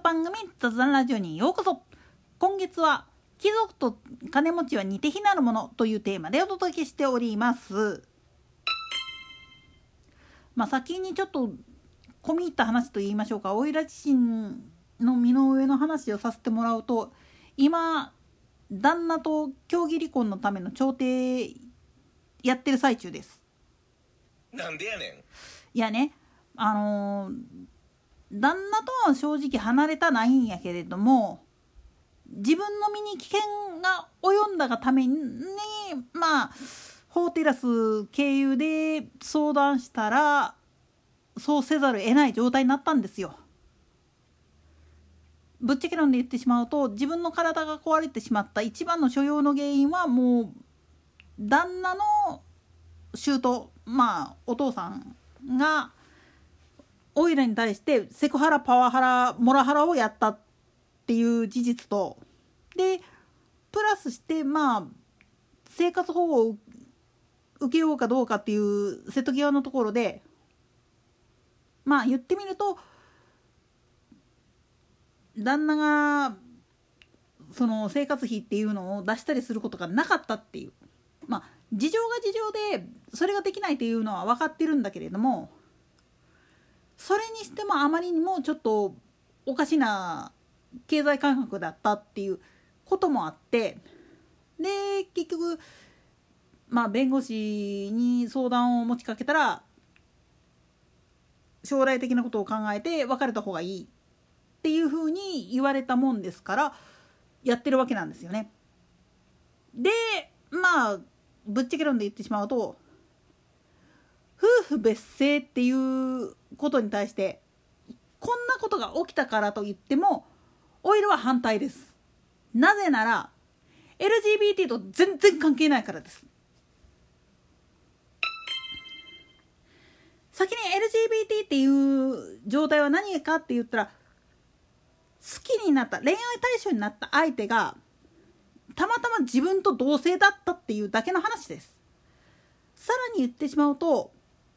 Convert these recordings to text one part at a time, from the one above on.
番組雑談ラジオにようこそ。今月は貴族と金持ちは似て非なるものというテーマでお届けしております。先にちょっと込み入った話と言いましょうか、おいら自身の身の上の話をさせてもらうと、今旦那と協議離婚のための調停やってる最中です。 なんでやねん。 いやね、旦那とは正直離れたないんやけれども、自分の身に危険が及んだがために法テラス経由で相談したらそうせざるを得ない状態になったんですよ。ぶっちゃけ論で言ってしまうと、自分の体が壊れてしまった一番の所要の原因はもう旦那の舅、お父さんがオイラに対してセクハラ、パワハラ、モラハラをやったっていう事実と、でプラスして生活保護を受けようかどうかっていう瀬戸際のところで、言ってみると旦那がその生活費っていうのを出したりすることがなかったっていう、事情が事情でそれができないっていうのは分かってるんだけれども、それにしてもあまりにもちょっとおかしな経済感覚だったっていうこともあって、で結局弁護士に相談を持ちかけたら、将来的なことを考えて別れた方がいいっていうふうに言われたもんですからやってるわけなんですよね。でぶっちゃけ論で言ってしまうと、夫婦別姓っていうことに対してこんなことが起きたからといってもオイルは反対です。なぜなら LGBT と全然関係ないからです。先に LGBT っていう状態は何かって言ったら、好きになった恋愛対象になった相手がたまたま自分と同性だったっていうだけの話です。さらに言ってしまうと、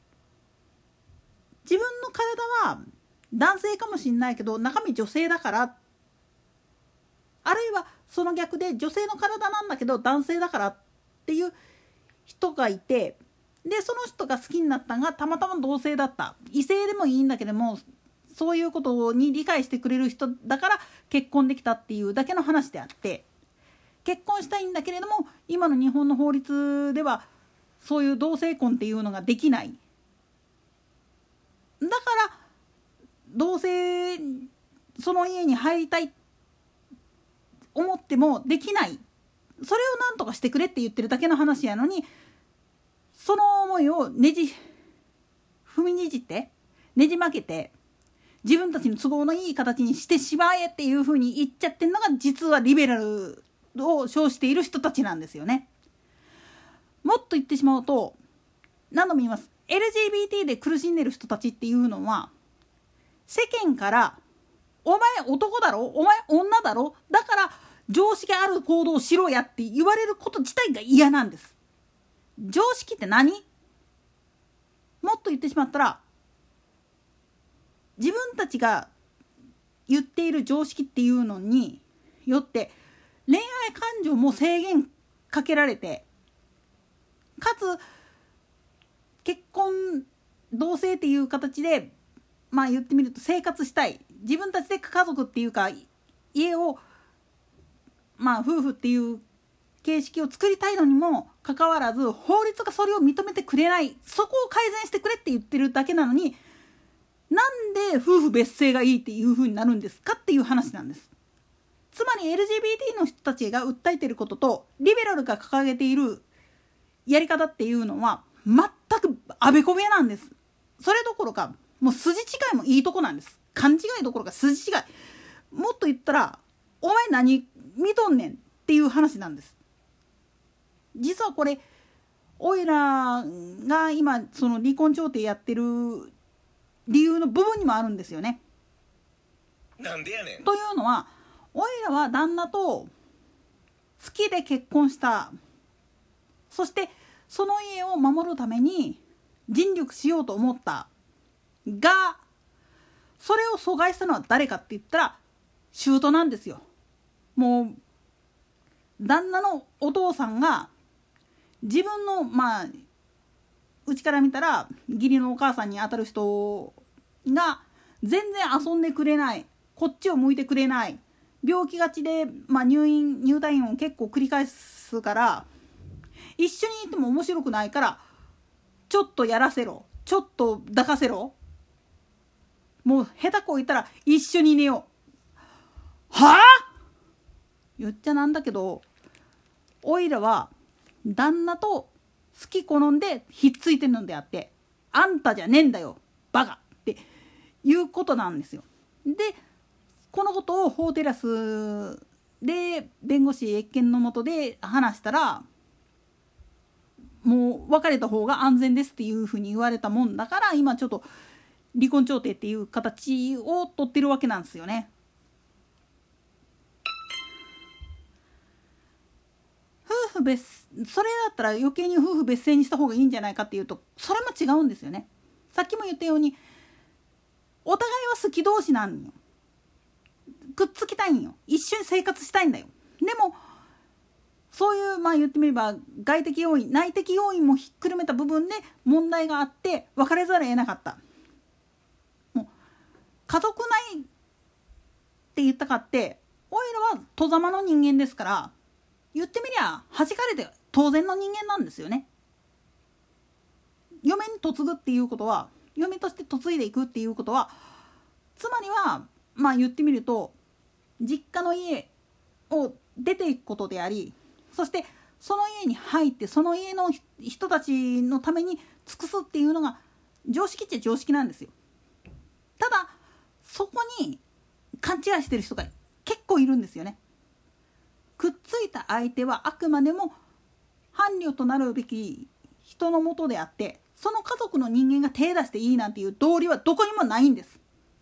自分の体は男性かもしれないけど中身女性だから、あるいはその逆で女性の体なんだけど男性だからっていう人がいて、でその人が好きになったのがたまたま同性だった、異性でもいいんだけどもそういうことに理解してくれる人だから結婚できたっていうだけの話であって、結婚したいんだけれども今の日本の法律ではそういう同性婚っていうのができない。だから同性その家に入りたい思ってもできない、それをなんとかしてくれって言ってるだけの話やのに、その思いを踏みにじってねじ曲げて自分たちの都合のいい形にしてしまえっていう風に言っちゃってるのが、実はリベラルを称している人たちなんですよね。もっと言ってしまうと、何度も言います、 LGBT で苦しんでる人たちっていうのは世間からお前男だろ、お前女だろ、だから常識ある行動をしろやって言われること自体が嫌なんです。常識って何？もっと言ってしまったら、自分たちが言っている常識っていうのによって恋愛感情も制限かけられて、かつ結婚同棲っていう形で言ってみると生活したい、自分たちで家族っていうか家を夫婦っていう形式を作りたいのにもかかわらず法律がそれを認めてくれない、そこを改善してくれって言ってるだけなのに、なんで夫婦別姓がいいっていう風になるんですかっていう話なんです。つまり LGBT の人たちが訴えていることとリベラルが掲げているやり方っていうのは全くあべこべなんです。それどころかもう筋違いもいいとこなんです。勘違いどころか筋違い、もっと言ったらお前何見とんねんっていう話なんです。実はこれオイラが今その離婚調停やってる理由の部分にもあるんですよね。 なんでやねん。 というのは、オイラは旦那と好きで結婚した、そしてその家を守るために尽力しようと思ったが、それを阻害したのは誰かって言ったら舅なんですよ。もう旦那のお父さんが自分のうちから見たら義理のお母さんにあたる人が全然遊んでくれない、こっちを向いてくれない、病気がちで、入退院を結構繰り返すから、一緒にいても面白くないからちょっとやらせろ、ちょっと抱かせろ、もう下手こいたら一緒に寝よう。はあ？言っちゃなんだけど、おいらは旦那と好き好んでひっついてるのであって、あんたじゃねえんだよバカっていうことなんですよ。でこのことを法テラスで弁護士謁見の下で話したら、もう別れた方が安全ですっていうふうに言われたもんだから、今ちょっと離婚調停っていう形を取ってるわけなんですよね。それだったら余計に夫婦別姓にした方がいいんじゃないかっていうと、それも違うんですよね。さっきも言ったようにお互いは好き同士なんよ。くっつきたいんよ。一緒に生活したいんだよ。でもそういう言ってみれば外的要因内的要因もひっくるめた部分で問題があって別れざるを得なかった。もう家族内って言ったかって、おいらは戸ざまの人間ですから、言ってみりゃ弾かれて当然の人間なんですよね。嫁に嫁ぐっていうことは、嫁として嫁いでいくっていうことは、つまりは言ってみると実家の家を出ていくことであり、そしてその家に入ってその家の人たちのために尽くすっていうのが常識っちゃ常識なんですよ。ただそこに勘違いしてる人が結構いるんですよね。くっついた相手はあくまでも伴侶となるべき人のもとであって、その家族の人間が手出していいなんていう道理はどこにもないんです。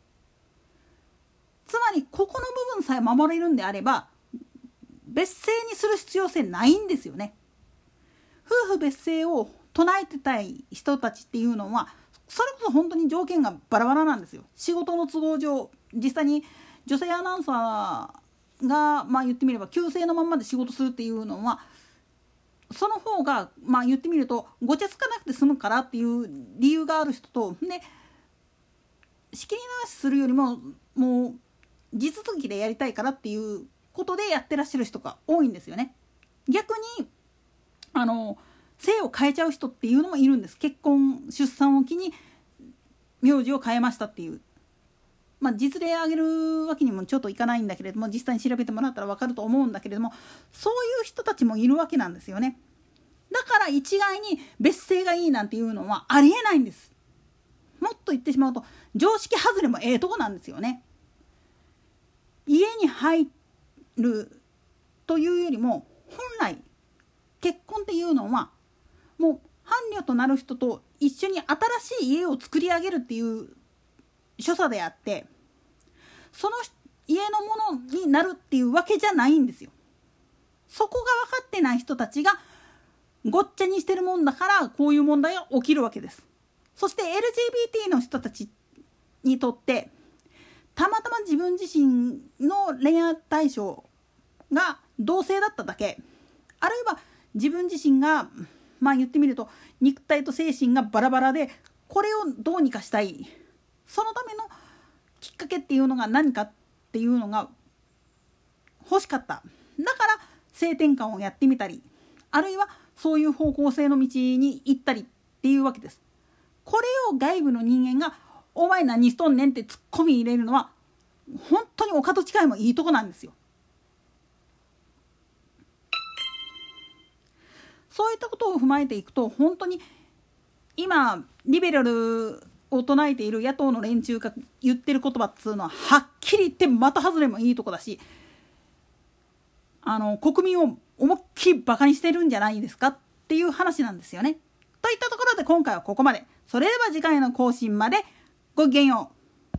つまりここの部分さえ守れるんであれば別姓にする必要性ないんですよね。夫婦別姓を唱えてたい人たちっていうのはそれこそ本当に条件がバラバラなんですよ。仕事の都合上、実際に女性アナウンサーが言ってみれば旧姓のまんまで仕事するっていうのは、その方が言ってみるとごちゃつかなくて済むからっていう理由がある人と、で仕切り直しするよりももう地続きでやりたいからっていうことでやってらっしゃる人が多いんですよね。逆に姓を変えちゃう人っていうのもいるんです。結婚出産を機に名字を変えましたっていう、実例挙げるわけにもちょっといかないんだけれども、実際に調べてもらったら分かると思うんだけれども、そういう人たちもいるわけなんですよね。だから一概に別姓がいいなんていうのはありえないんです。もっと言ってしまうと常識外れもとこなんですよね。家に入るというよりも本来結婚っていうのはもう伴侶となる人と一緒に新しい家を作り上げるっていう所作であって、その家のものになるっていうわけじゃないんですよ。そこが分かってない人たちがごっちゃにしてるもんだからこういう問題が起きるわけです。そして LGBT の人たちにとってたまたま自分自身の恋愛対象が同性だっただけ、あるいは自分自身が言ってみると肉体と精神がバラバラで、これをどうにかしたい、そのためのきっかけっていうのが何かっていうのが欲しかった。だから性転換をやってみたり、あるいはそういう方向性の道に行ったりっていうわけです。これを外部の人間がお前何しとんねんってツッコミ入れるのは本当にお門違いもいいとこなんですよ。そういったことを踏まえていくと、本当に今リベラルを唱えている野党の連中が言ってる言葉っつうのははっきり言ってまた外れもいいとこだし、国民を思いっきりバカにしてるんじゃないですかっていう話なんですよね。といったところで今回はここまで。それでは次回の更新までごきげんよう。